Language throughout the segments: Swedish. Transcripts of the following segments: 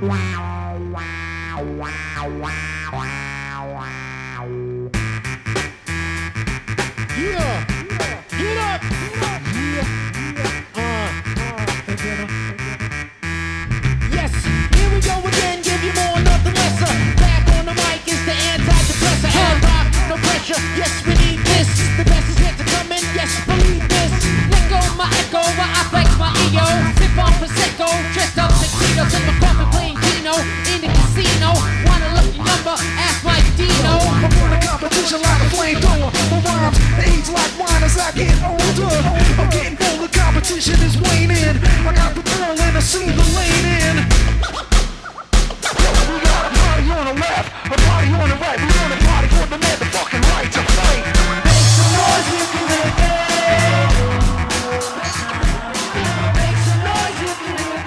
Yes, we need this. The best is yet to come in. Yes, believe this. Let go my echo while I flex my ego. Sip on Prosecco, dressed up tuxedos in my coffee playing Keno in the casino. Want a lucky number? Ask my Dino. I'm on a competition like a flamethrower. My rhymes age like wine as I get older. I'm getting bolder. Competition is waning. I got the ball and I see the lane in. We got a party on the left, a party on the right. We want a party for the motherfucking right to fight. Make some noise if you live there. Make some noise if you live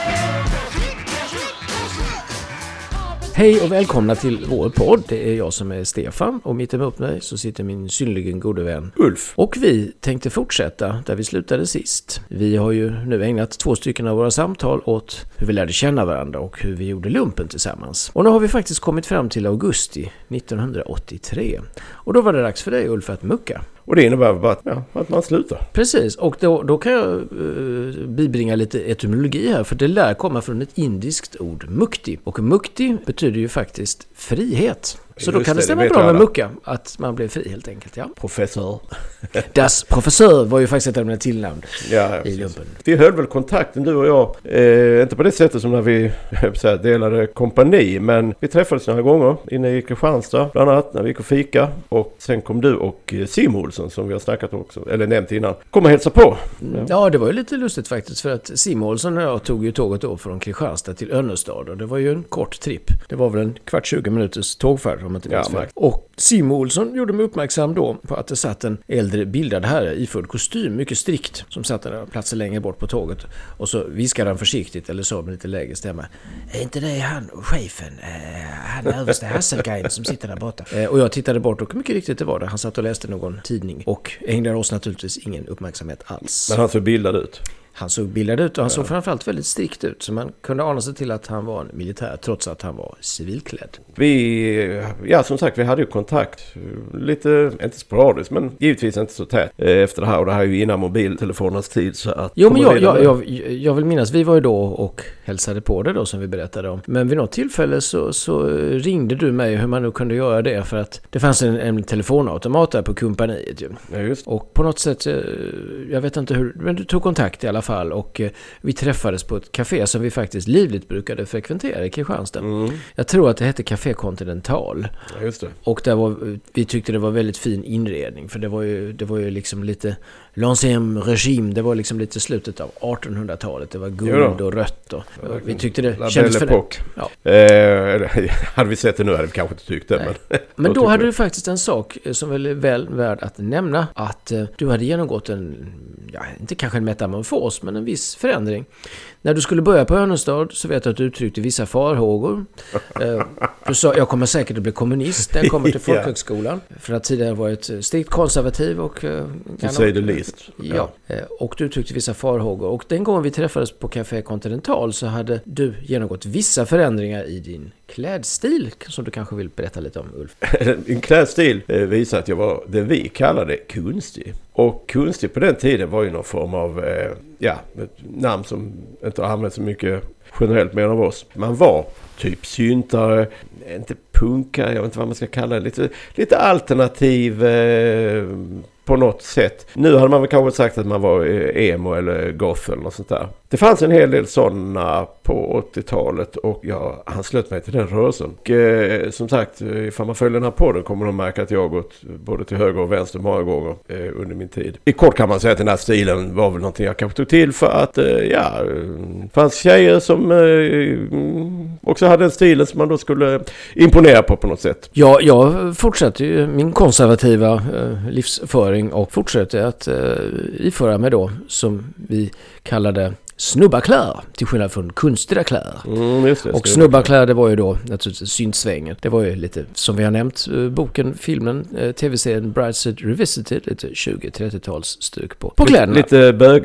there. Hej och välkomna till vår podd. Det är jag som är Stefan och mitt emot mig så sitter min synnerligen gode vän Ulf. Och vi tänkte fortsätta där vi slutade sist. Vi har ju nu ägnat 2 stycken av våra samtal åt hur vi lärde känna varandra och hur vi gjorde lumpen tillsammans. Och nu har vi faktiskt kommit fram till augusti 1983. Och då var det dags för dig Ulf att mucka. Och det innebär bara att man slutar. Precis, och då kan jag bibringa lite etymologi här, för det lär komma från ett indiskt ord, mukti. Och mukti betyder ju faktiskt frihet. Så då kan det stämma bra med mucka, att man blir fri helt enkelt, ja. Professor. Das professor var ju faktiskt ett av mina tillnamn i lumpen. Vi höll väl kontakten, du och jag, inte på det sättet som när vi delade kompani, men vi träffades några gånger inne i Kristianstad, bland annat när vi gick och fika. Och sen kom du och Sim Olsson, som vi har snackat också, eller nämnt innan, kom och hälsa på. Ja, det var ju lite lustigt faktiskt, för att Sim Olsson och jag tog ju tåget då från Kristianstad till Önnestad, och det var ju en kort tripp. Det var väl en 20 minuters tågfärd. Och Sim Olsson gjorde mig uppmärksam då på att det satt en äldre bildad herre iförd kostym, mycket strikt, som satt där platsen längre bort på tåget. Och så viskade han försiktigt, eller så med lite lägre stämma: är inte det han, chefen, han överste Hasselgein som sitter där borta? Och jag tittade bort och mycket riktigt det var det. Han satt och läste någon tidning och ägnade oss naturligtvis ingen uppmärksamhet alls. Men han såg bildad ut. Han såg bildad ut och han såg framförallt väldigt strikt ut, så man kunde ana sig till att han var en militär trots att han var civilklädd. Som sagt, vi hade ju kontakt lite, inte sporadiskt, men givetvis inte så tät efter det här, och det här är ju innan mobiltelefonernas tid, så att... Jo, men jag vill minnas, vi var ju då och hälsade på det då som vi berättade om. Men vid något tillfälle så ringde du mig hur man nu kunde göra det, för att det fanns en telefonautomat där på kompaniet ju. Ja, just. Och på något sätt, jag vet inte hur, men du tog kontakt i alla fall, och vi träffades på ett café som vi faktiskt livligt brukade frekventera i Kristianstad. Jag tror att det hette Café Continental. Ja, just det. Och vi tyckte det var väldigt fin inredning, för det var ju liksom lite l'ancien regime, det var liksom lite slutet av 1800-talet, det var guld och rött, och vi tyckte det kändes för det. Ja. Hade vi sett det nu hade vi kanske inte tyckt det. Men då hade du faktiskt en sak som är väl värd att nämna, att du hade genomgått inte kanske en metamorfos, men en viss förändring. När du skulle börja på Önnestad så vet jag att du uttryckte vissa farhågor. Du sa, jag kommer säkert att bli kommunist när jag kommer till folkhögskolan. För att tidigare varit strikt konservativ och... To say the least. Ja. Och du uttryckte vissa farhågor. Och den gången vi träffades på Café Continental så hade du genomgått vissa förändringar i din klädstil, som du kanske vill berätta lite om, Ulf. Din klädstil visar att jag var det vi kallade kunstig. Och kunstig på den tiden var ju någon form av ett namn som inte har använts så mycket generellt med av oss. Man var typ syntare, inte punkare, jag vet inte vad man ska kalla det, lite alternativ på något sätt. Nu hade man väl kanske sagt att man var emo eller goth eller något sånt där. Det fanns en hel del sådana på 80-talet och jag anslöt mig till den rörelsen. Och som sagt, ifall man följer den här podden kommer de märka att jag har gått både till höger och vänster många gånger under min tid. I kort kan man säga att den här stilen var väl någonting jag kanske tog till för att fanns tjejer som också hade den stilen som man då skulle imponera på något sätt. Ja, jag fortsatte ju min konservativa livsföring och fortsatte att iföra mig då, som vi kallade snubbarkläder, till skillnad från konstiga kläder. Just det, och snubbarkläder, det var ju då naturligtvis syntsvängen. Det var ju lite, som vi har nämnt, boken, filmen, tv-serien Brideshead Revisited, lite 20-30-tals stuk på kläderna. Lite bögigt.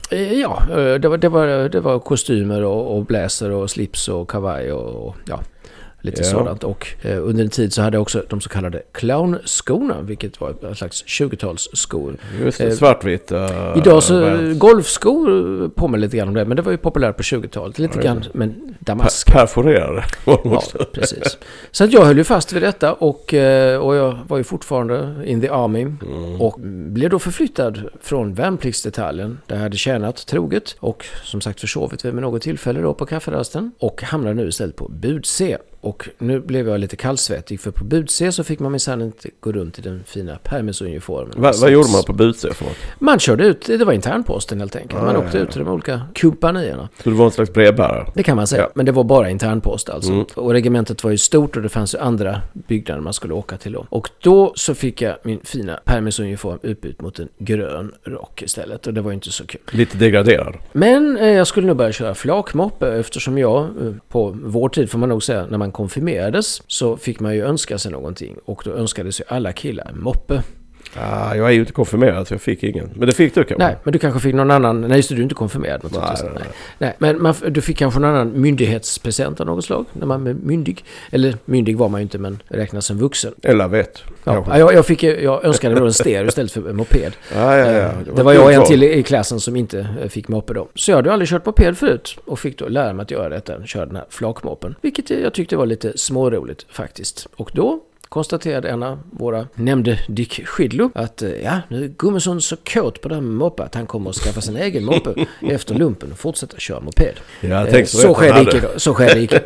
Ja, det var kostymer och bläser och slips och kavaj och ja, lite sådant. Och under en tid så hade jag också de så kallade clownskorna, vilket var en slags 20-talsskor. Just det, svartvitt. Idag så golfskor på mig lite grann om det, men det var ju populärt på 20-talet. Lite grann, men damask. Perforerade. Ja, precis. Så att jag höll ju fast vid detta och jag var ju fortfarande in the army och blev då förflyttad från värnpliktsdetaljen där jag hade tjänat troget och som sagt försovit vid något tillfälle då på kafferasten och hamnade nu istället på bud-C. Och nu blev jag lite kallsvettig för på bud-C så fick man minsann inte gå runt i den fina permisuniformen. Vad gjorde man på bud-C för något? Man körde ut, det var internposten helt enkelt. Man åkte ut till de olika kompanierna. Så det var en slags brevbärare? Det kan man säga, men det var bara internpost alltså. Och regementet var ju stort och det fanns ju andra byggnader man skulle åka till då. Och då så fick jag min fina permisuniform utbytt mot en grön rock istället och det var ju inte så kul. Lite degraderad. Men jag skulle nog börja köra flakmoppe eftersom jag på vår tid får man nog säga när man konfirmerades så fick man ju önska sig någonting och då önskade sig alla killar moppe. Jag är ju inte konfirmerad så jag fick ingen. Men det fick du kanske? Nej, men du kanske fick någon annan. Nej, just det, du är inte konfirmerad. Nej, men du fick kanske någon annan myndighetspresent av något slag när man är myndig. Eller myndig var man ju inte, men räknas som vuxen. Eller vet. Ja, jag önskade då en stereo istället för en moped. Det var jag en till i klassen som inte fick moppe då. Så jag hade aldrig kört moped förut och fick då lära mig att göra detta. Köra den här flakmoppen. Vilket jag tyckte var lite småroligt faktiskt. Och då konstaterade en av våra nämnde Dick Skidlo att nu är Gummesson så kåt på det här med moppe att han kommer att skaffa sin egen moppe efter lumpen och fortsätta köra moped. Så skedde icke.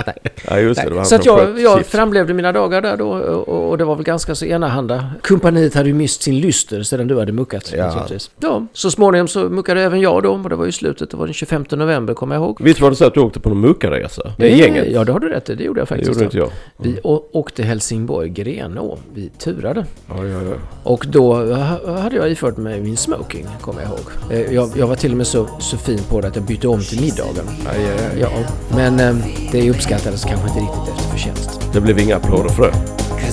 Nej. Så att jag framlevde mina dagar där då och det var väl ganska så enahanda. Kompaniet hade ju mist sin lyster sedan du hade muckat. Ja, så småningom så muckade även jag då och det var ju slutet, det var den 25 november kommer jag ihåg. Visst var det så att du åkte på någon muckarresa? Det är gänget? Ja, det har du rätt, det gjorde jag faktiskt. Det gjorde inte jag. Vi åkte Helsingborg-Grenå. Vi turade. Ja. Och då hade jag ifört mig min smoking, kommer jag ihåg. Jag var till och med så fin på det att jag bytte om till middagen. Ja. Men det uppskattades kanske inte riktigt efter förtjänst. Det blev inga applåder för det.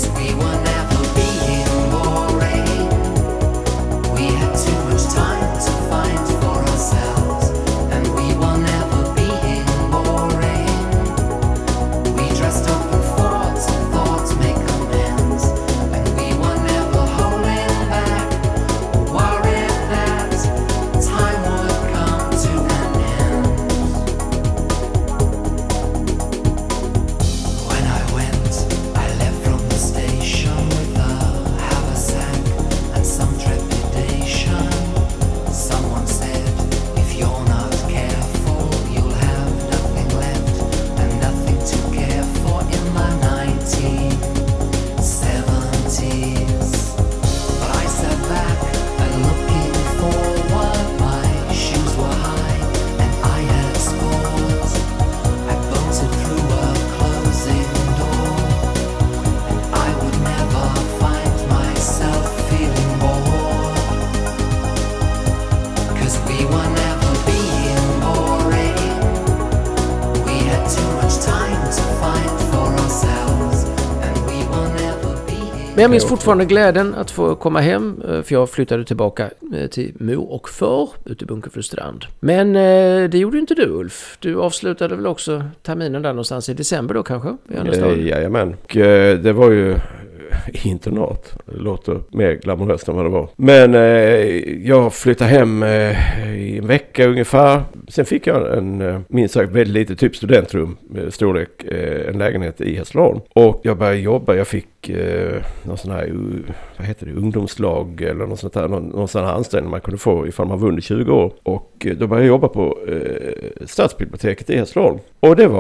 Men jag minns fortfarande glädjen att få komma hem, för jag flyttade tillbaka till mor och far ute i Bunkeflostrand. Men det gjorde inte du, Ulf. Du avslutade väl också terminen där någonstans i december då kanske? Jajamän. Och det var ju internat. Det låter mer glamoröst än vad det var. Men jag flyttade hem i en vecka ungefär. Sen fick jag en minst sagt väldigt lite typ studentrum med storlek, en lägenhet i Hässleholm. Och jag började jobba. Jag fick någon sån här, vad heter det, ungdomslag eller någon sån här, någon sån här anställning man kunde få ifall man vunnit 20 år. Och då började jag jobba på stadsbiblioteket i Hässleholm. Och det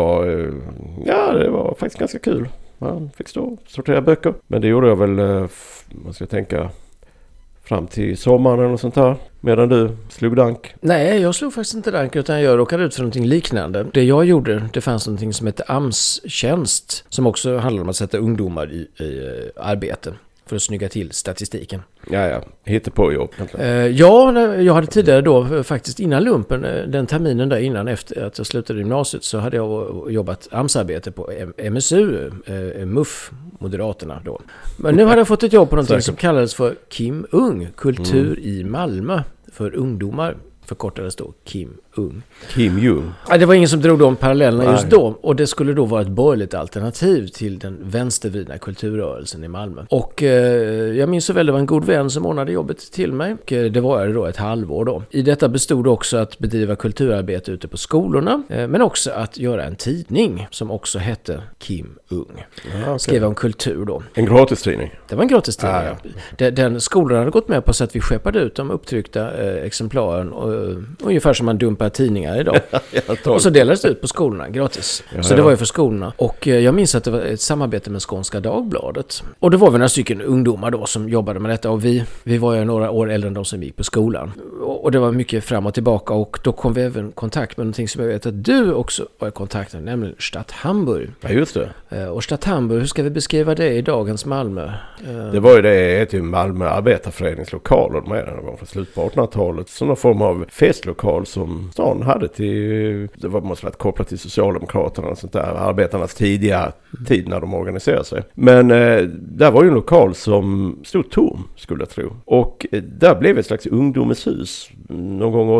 var faktiskt ganska kul. Man fick stå och sortera böcker. Men det gjorde jag väl, man ska tänka, fram till sommaren eller något sånt här. Medan du slog dank. Nej, jag slog faktiskt inte dank utan jag råkade ut för någonting liknande. Det jag gjorde, det fanns någonting som heter AMS-tjänst. Som också handlar om att sätta ungdomar i arbete. För att snygga till statistiken. Ja. Hittar på jobb. Jag hade tidigare då, faktiskt innan lumpen, den terminen där innan efter att jag slutade gymnasiet så hade jag jobbat AMS-arbete på MSU, MUF, Moderaterna då. Men nu hade jag fått ett jobb på någonting som kallades för Kim Ung, kultur i Malmö för ungdomar. förkortades då Kim Ung. Kim Jung. Ja, det var ingen som drog de parallellerna just då. Och det skulle då vara ett borgerligt alternativ till den vänstervridna kulturrörelsen i Malmö. Och jag minns så väl, det var en god vän som ordnade jobbet till mig. Och det var då ett halvår då. I detta bestod också att bedriva kulturarbete ute på skolorna. Men också att göra en tidning som också hette Kim Ung. Skrev om kultur då. En gratistidning? Det var en gratistidning, ja. Den skolan hade gått med på så att vi skeppade ut de upptryckta exemplaren ungefär som man dumpar tidningar idag. Och så delades det ut på skolorna gratis. Så det var ju för skolorna. Och jag minns att det var ett samarbete med Skånska Dagbladet. Och det var vi några stycken ungdomar då som jobbade med detta. Och vi var ju några år äldre än de som gick på skolan. Och det var mycket fram och tillbaka. Och då kom vi även i kontakt med någonting som jag vet att du också var i kontakt med, nämligen Stadt Hamburg. Ja, just det. Och Stadt Hamburg, hur ska vi beskriva det i dagens Malmö? Det var ju det till Malmö arbetarföreningslokaler. De är det var från slutet på 1800-talet. Som någon form av festlokal som stan hade till, det var måste varit kopplat till Socialdemokraterna och sånt där. Arbetarnas tidiga tid när de organiserade sig. Men där var ju en lokal som stod tom, skulle jag tro. Och där blev ett slags ungdomens hus någon gång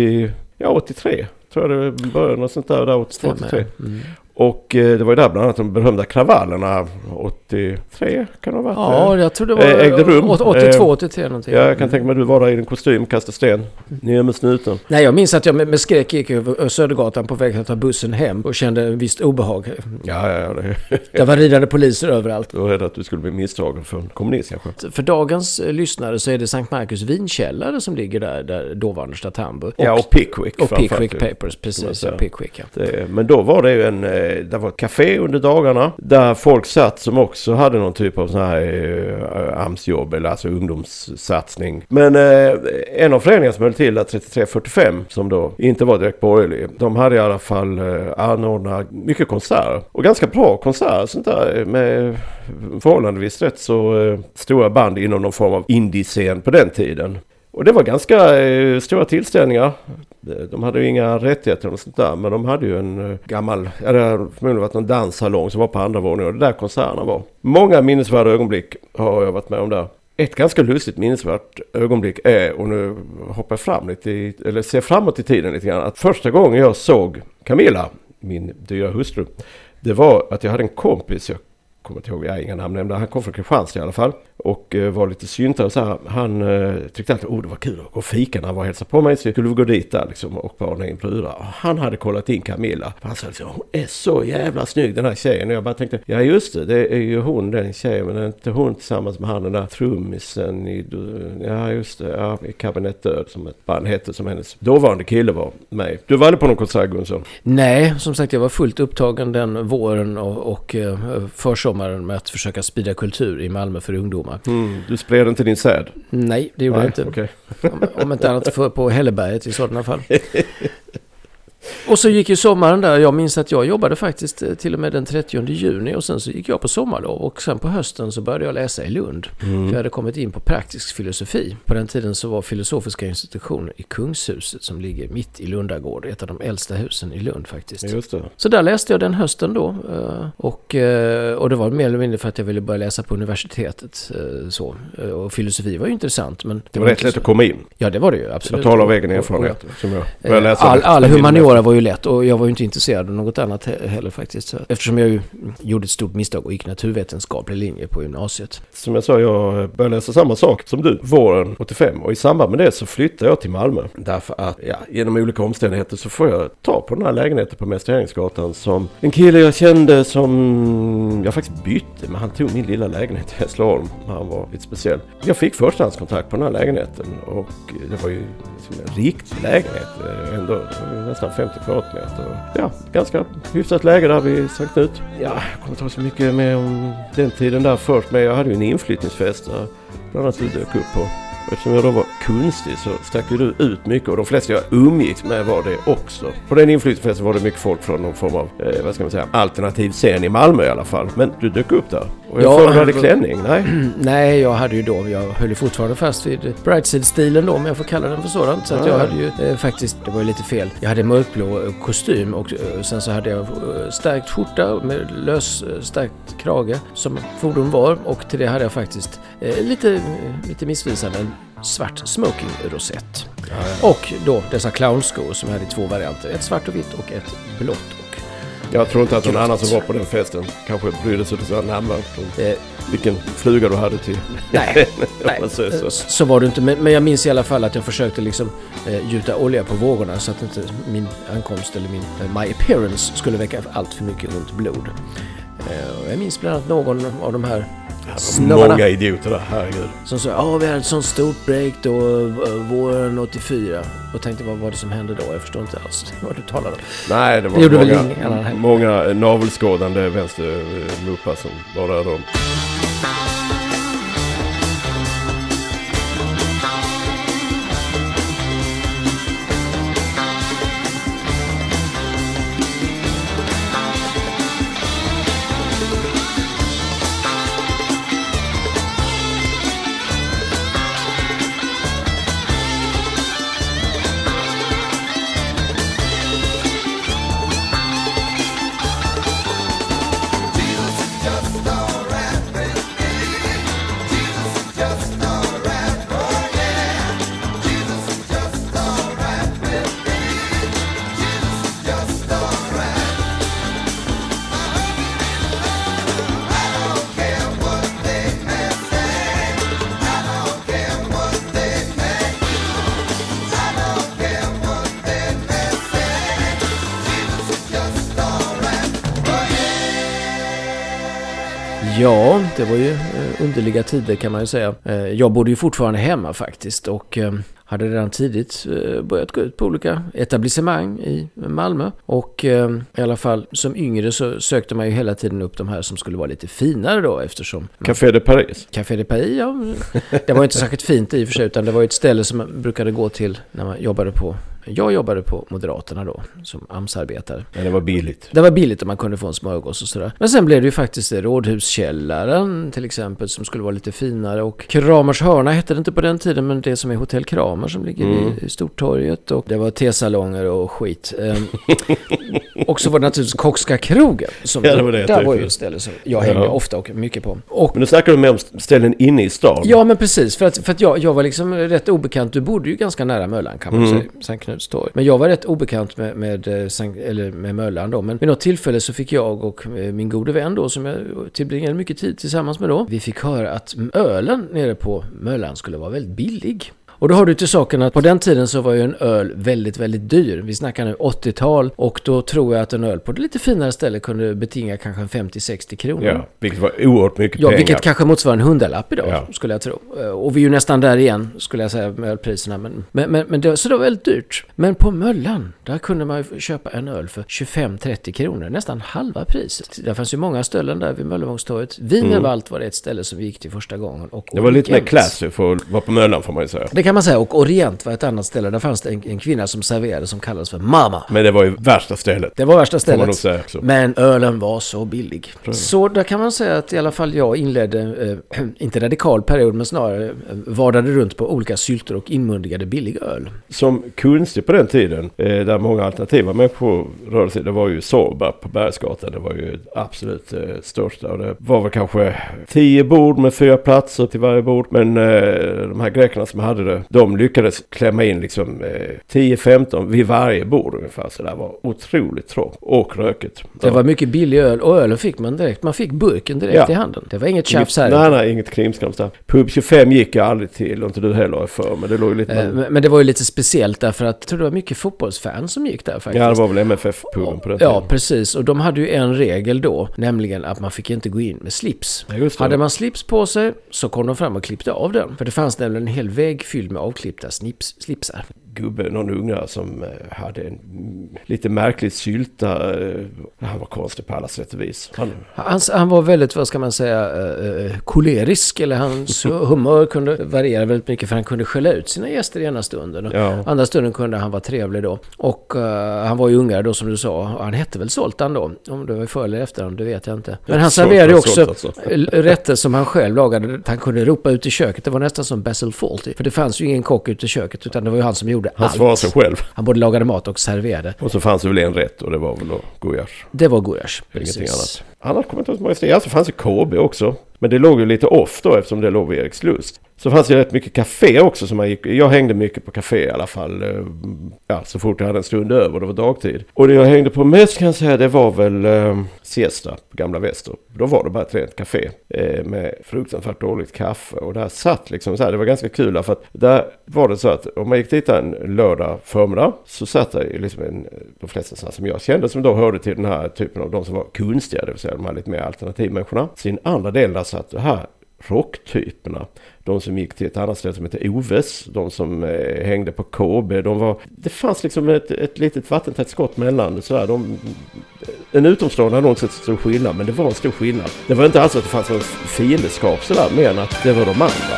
83. Tror jag det började något sånt där 83. Och det var ju där bland annat de berömda kravallerna 83 kan det ha varit. Ja, jag tror det var ägde rum. 82-83 någonting. Ja, jag kan tänka mig att du var där i din kostym, kastade sten, ner med snuten. Nej, jag minns att jag med skräck gick över Södergatan på väg att ta bussen hem och kände en visst obehag. Ja. Det var ridande poliser överallt. Då är det att du skulle bli misstagen för en kommunist kanske. För dagens lyssnare så är det Sankt Markus vinkällare som ligger där dåvarande Stadt Hamburg. Och Pickwick. Och Pickwick Papers, precis. Pickwick, ja. Men då var det ju det var ett café under dagarna där folk satt som också hade någon typ av sån här AMS-jobb eller alltså ungdomssatsning. Men en av föreningarna som höll till att 3345 som då inte var direkt borgerlig, de hade i alla fall anordnat mycket konserter och ganska bra konserter sånt där med förhållandevis rätt så stora band inom någon form av indie-scen på den tiden. Och det var ganska stora tillställningar. De hade ju inga rättigheter och sånt där. Men de hade ju en gammal, det hade förmodligen varit någon danssalong som var på andra våningen. Och det där konserterna var. Många minnesvärda ögonblick har jag varit med om där. Ett ganska lustigt minnesvärt ögonblick är, och nu hoppar jag fram lite, eller ser framåt i tiden lite grann. Att första gången jag såg Camilla, min dyra hustru, det var att jag hade en kompis, jag kommer inte ihåg, jag har inga namn nämnda. Han kom från Kristianstad i alla fall. Och var lite syntare och så här. Han tyckte alltid, det var kul att gå och fika när han var och hälsade på mig. Så skulle vi gå dit där liksom och bara in brudar. Och han hade kollat in Camilla. Han sa liksom, hon är så jävla snygg den här tjejen. Och jag bara tänkte, ja just det är ju hon den tjejen. Men är inte hon tillsammans med han den där trummisen i, ja just det, ja, i Kabinett Död som ett band hette som hennes dåvarande kille var med. Du var aldrig på någon konsert, Gunsson? Nej, som sagt jag var fullt upptagen den våren och försommaren med att försöka sprida kultur i Malmö för ungdomar. Du spred inte din säd? Nej, det gjorde jag inte. Okay. Om inte annat för på Helleberget i sådana fall. Och så gick ju sommaren där. Jag minns att jag jobbade faktiskt till och med den 30 juni och sen så gick jag på sommarlov och sen på hösten så började jag läsa i Lund. För jag hade kommit in på praktisk filosofi. På den tiden så var filosofiska institutioner i Kungshuset som ligger mitt i Lundagård, ett av de äldsta husen i Lund faktiskt. Just det. Så där läste jag den hösten då och det var mer eller mindre för att jag ville börja läsa på universitetet så. Och filosofi var ju intressant. Men det var rätt lätt att komma in. Ja, det var det ju, absolut. Jag talar av egen erfarenhet. All humaniora var ju lätt och jag var ju inte intresserad av något annat heller faktiskt. Eftersom jag ju gjorde ett stort misstag och gick naturvetenskaplig linje på gymnasiet. Som jag sa, jag började läsa samma sak som du våren 85 och i samband med det så flyttade jag till Malmö. Därför att genom olika omständigheter så får jag ta på den här lägenheten på Mäster Eriksgatan som en kille jag kände som jag faktiskt bytte, men han tog min lilla lägenhet i Hässleholm. Han var lite speciell. Jag fick förstahandskontakt på den här lägenheten och det var ju liksom en riktig lägenhet ändå, nästan 50 kvadratmeter. Ja, ganska hyfsat läge där vid Sankt Knut. Ja, jag kommer inte ihåg så mycket mer om den tiden där först, men jag hade ju en inflyttningsfest där bland annat du dök upp på. Och eftersom jag då var kunstig så stack du ut mycket och de flesta jag umgicks med var det också. På den inflyttningsfesten var det mycket folk från någon form av, vad ska man säga, alternativ scen i Malmö i alla fall. Men du dök upp där. Och jag hade klänning, nej? Nej, jag hade ju då, jag höll ju fortfarande fast vid Brightside-stilen då, om jag får kalla den för sådant. Så att jag hade ju faktiskt, det var ju lite fel. Jag hade mörkblå kostym och sen så hade jag stärkt skjorta med lös stärkt krage som fordon var. Och till det hade jag faktiskt lite missvisande en svart smoking-rosett. Och då dessa clownskor som jag hade i 2 varianter. Ett svart och vitt och ett blått. Och jag tror inte att någon annan som var på den festen kanske brydde sig så närmast vilken fluga du hade till. Nej, så var det inte. Men jag minns i alla fall att jag försökte liksom gjuta olja på vågorna så att inte min ankomst eller my appearance skulle väcka allt för mycket ont blod. Jag minns bland annat någon av de här snubbarna. Många idioter där, herregud. Som sa, vi hade ett sånt stort break då våren 84. Och tänkte, vad var det som hände då? Jag förstår inte alls vad du talade om. Nej, det var många navelskådande vänstermuppar som var där då. Ja, det var ju underliga tider kan man ju säga. Jag bodde ju fortfarande hemma faktiskt och hade redan tidigt börjat gå ut på olika etablissemang i Malmö. Och i alla fall som yngre så sökte man ju hela tiden upp de här som skulle vara lite finare då eftersom... Café de Paris? Café de Paris, ja. Det var inte särskilt fint i och för sig utan det var ett ställe som man brukade gå till när man jobbade på... Jag jobbade på Moderaterna då, som AMS-arbetare. Men det var billigt. Det var billigt om man kunde få en smörgås och sådär. Men sen blev det ju faktiskt Rådhuskällaren till exempel som skulle vara lite finare. Och Kramers hörna hette det inte på den tiden, men det som är Hotell Kramer som ligger i Stortorget. Och det var tesalonger och skit. Och så var det naturligtvis Kockska krogen. Som ja, det var det där var ju ett ställe som jag hängde ofta och mycket på. Men nu snackar du mer om ställen inne i stan. Ja, men precis. För att jag var liksom rätt obekant. Du bodde ju ganska nära Möllan kan man säga. Sankt Knutstorg. Men jag var rätt obekant med Möllan då. Men vid något tillfälle så fick jag och min gode vän då, som jag tillbringade mycket tid tillsammans med då, vi fick höra att ölen nere på Möllan skulle vara väldigt billig. Och då har du till saken att på den tiden så var ju en öl väldigt, väldigt dyr. Vi snackar nu 80-tal och då tror jag att en öl på det lite finare ställe kunde betinga kanske 50-60 kronor. Ja, vilket var oerhört mycket pengar. Ja, vilket kanske motsvarar en 100-lapp idag skulle jag tro. Och vi är ju nästan där igen skulle jag säga med ölpriserna. Men det, så det var väldigt dyrt. Men på Möllan, där kunde man ju köpa en öl för 25-30 kronor. Nästan halva priset. Det fanns ju många ställen där vid Möllevångstorget. Wienerwald var det ett ställe som vi gick till första gången. Och det var lite mer classy för att vara på Möllan får man ju säga. Det kan man säga. Och Orient var ett annat ställe. Där fanns det en kvinna som serverade som kallades för mamma. Men det var ju värsta stället. Det var värsta stället. Får man nog säga också. Men ölen var så billig. Så där kan man säga att i alla fall jag inledde, inte radikal period, men snarare vardade runt på olika sylter och inmundigade billig öl. Som kunstig på den tiden, där många alternativa människor rörde sig, det var ju Sorba på Bergsgatan. Det var ju absolut största. Och det var väl kanske 10 bord med 4 platser till varje bord. Men de här grekerna som hade det, de lyckades klämma in liksom 10-15 vid varje bord ungefär. Så det var otroligt trångt och rökigt. Det var mycket billig öl och ölen fick man direkt. Man fick burken direkt i handen. Det var inget tjafs här. Nej, inget krimskrams där. Pub 25 gick jag aldrig till och inte du heller för. Men det låg lite men det var ju lite speciellt därför att jag tror det var mycket fotbollsfans som gick där faktiskt. Ja, det var väl MFF-puben på den tiden. Ja, precis. Och de hade ju en regel då, nämligen att man fick inte gå in med slips. Ja, hade man slips på sig så kom de fram och klippte av den. För det fanns nämligen en hel vägg fylld med avklippta slipsar. Någon unga som hade en lite märklig sylta. Han var konstig på alla sätt och vis. Han var väldigt, vad ska man säga, kolerisk. Eller hans humör kunde variera väldigt mycket för han kunde skälla ut sina gäster i ena stunden. Ja. Andra stunden kunde han vara trevlig då. Och han var ju ungare då som du sa. Han hette väl Zoltan då. Om det var före eller efter honom, det vet jag inte. Men han serverade också rätter som han själv lagade. Han kunde ropa ut i köket. Det var nästan som Basil Fawlty. För det fanns ju ingen kock ute i köket utan det var ju han som gjorde han svarade sig själv. Han både lagade mat och serverade. Och så fanns det väl en rätt och det var väl då gulasch. Det var gulasch, precis. Ingenting annat. Annars kommer inte så många steg. Alltså fanns det KB också. Men det låg ju lite off då eftersom det låg vid Erikslust. Så fanns det rätt mycket café också som jag hängde mycket på café i alla fall. Ja, så fort jag hade en stund över, det var dagtid. Och det jag hängde på mest kan jag säga, det var väl Siesta på Gamla Väster. Då var det bara ett rent café med fruktansvärt dåligt kaffe. Och där satt liksom så här, det var ganska kul för att där var det så att om man gick dit en lördag förmiddag så satt det liksom de flesta sådana som jag kände som då hörde till den här typen av de som var kunstiga, det vill säga de här lite mer alternativmänniskorna. Sin andra del där satt det här rocktyperna. De som gick till ett annat ställe som heter Oves. De som hängde på KB. Det fanns liksom ett litet vattentätt skott mellan. En utomstående hade nog sett stor skillnad. Men det var en stor skillnad. Det var inte alls att det fanns någon fiendeskap sådär, mer än att det var de andra.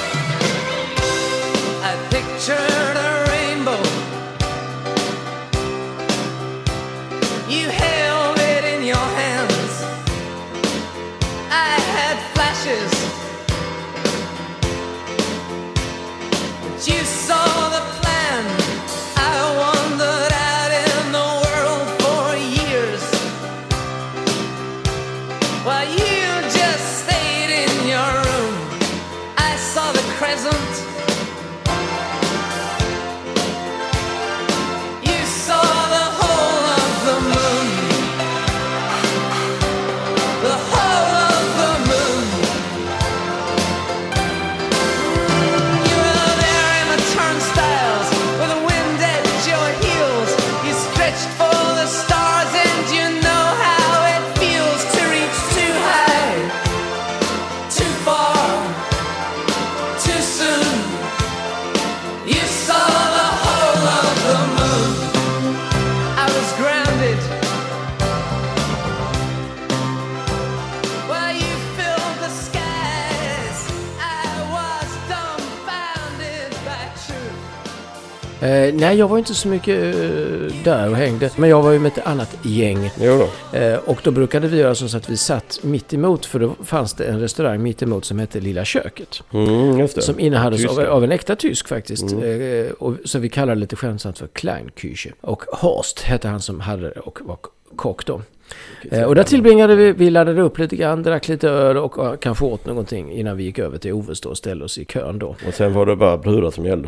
Nej, jag var inte så mycket där och hängde. Men jag var ju med ett annat gäng. Jo då. Och då brukade vi göra så att vi satt mitt emot. För då fanns det en restaurang mitt emot som hette Lilla Köket. Just det. Som innehades av en äkta tysk faktiskt. Och så vi kallade det lite skämtsamt för Kleinküche. Och Horst hette han som hade och var kock då. Och där tillbringade vi laddade upp lite grann, drack lite öl och kanske åt någonting innan vi gick över till Oves då och ställde oss i kön då. Och sen var det bara brudar som gällde.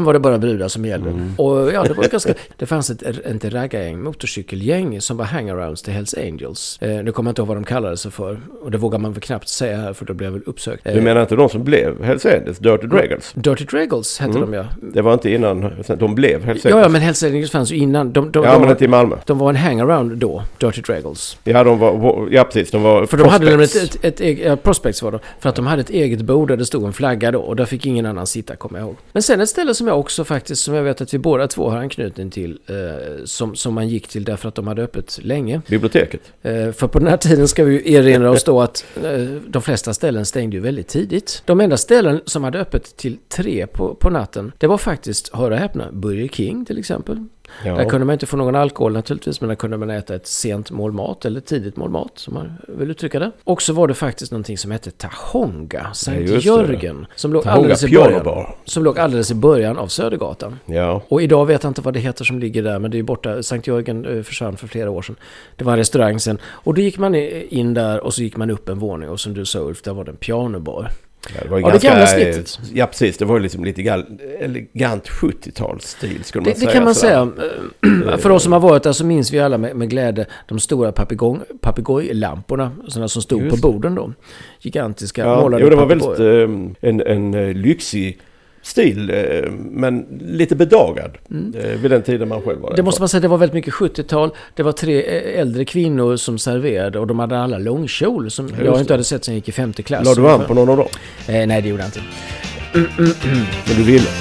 Och ja, det var ganska... Det fanns ett raggargäng, motorcykelgäng som var hangarounds till Hells Angels. Nu kommer jag inte ihåg vad de kallade sig för. Och det vågar man väl knappt säga här för då blev väl uppsökt. Du menar inte de som blev Hells Angels? Dirty Dragons? Dirty Dragons hette de, ja. Det var inte innan de blev Hells Angels. Ja, men Hells Angels fanns ju innan. Men inte i Malmö. De var en hangaround då, Dirty Dragons. Ja, precis. De var för de hade ett eget Prospects var det. För att de hade ett eget bord där det stod en flagga då. Och där fick ingen annan sitta, kommer jag ihåg. Men sen ett ställe som jag också faktiskt, som jag vet att vi båda två har anknytning till. Som man gick till därför att de hade öppet länge. Biblioteket. För på den här tiden ska vi ju erinra oss då att de flesta ställen stängde ju väldigt tidigt. De enda ställen som hade öppet till 3 på natten. Det var faktiskt, höra häpna, Burger King till exempel. Ja. Där kunde man inte få någon alkohol naturligtvis, men där kunde man äta ett sent målmat eller tidigt målmat som man vill uttrycka det. Och så var det faktiskt någonting som hette Tahonga, Sankt Jörgen, som låg alldeles i början av Södergatan. Ja. Och idag vet jag inte vad det heter som ligger där, men det är borta. Sankt Jörgen försvann för flera år sedan. Det var en restaurang sen. Och då gick man in där och så gick man upp en våning och som du sa Ulf, där var det en pianobar. Ja, det var ganska, det gamla snittet. Ja, precis. Det var liksom lite elegant 70-talsstil skulle man säga. Det kan man säga. För oss som har varit där så minns vi alla med glädje de stora papegojlamporna sådana som stod på borden då. Gigantiska målade det var väldigt en lyxig stil, men lite bedagad vid den tiden man själv var där. Det måste man säga, det var väldigt mycket 70-tal. Det var 3 äldre kvinnor som serverade och de hade alla långkjol som jag inte hade sett sen jag gick i 5:e klass. Lade du an på någon av dem? Nej, det gjorde jag inte. Men du ville?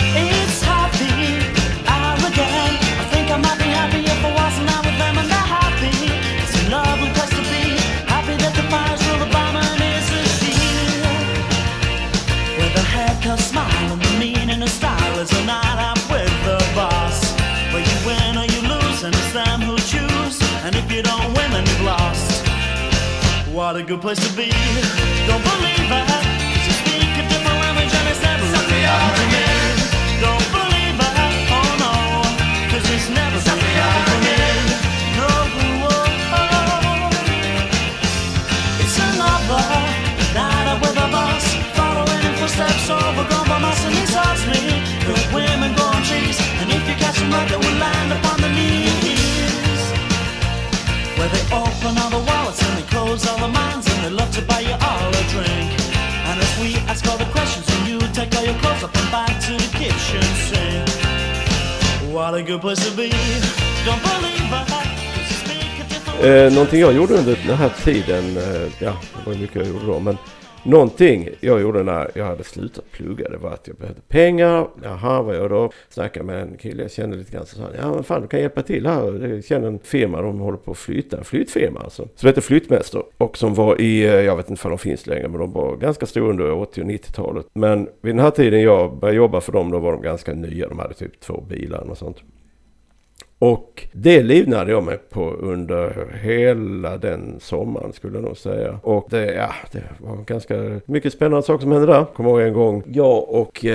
What a good place to be. Don't believe that, 'cause you speak a different language and it's never really happened to me. Don't believe that, oh no, 'cause it's never really happened to me. No, it's another night up with a bus, following in footsteps. knows all the minds and they love to buy you all a drink. And if we ask all the questions and you take all your clothes up and back to the kitchen sink. What a good place to be. Don't believe I speak a different Någonting jag gjorde under den här tiden, det var ju mycket jag gjorde då, men någonting jag gjorde när jag hade slutat plugga, det var att jag behövde pengar. Jaha, vad jag då? Snackade med en kille, jag kände lite grann, så sa han, ja men fan, du kan hjälpa till här. Jag känner en firma, de håller på att flytta, en flyttfirma alltså. Så det heter Flyttmäster, och som var i, jag vet inte om de finns längre, men de var ganska stora under 80- och 90-talet. Men vid den här tiden jag började jobba för dem, då var de ganska nya, de hade typ 2 bilar och sånt. Och det livnade jag mig på under hela den sommaren, skulle jag nog säga. Och det var ganska mycket spännande saker som hände där. Kommer ihåg en gång, jag och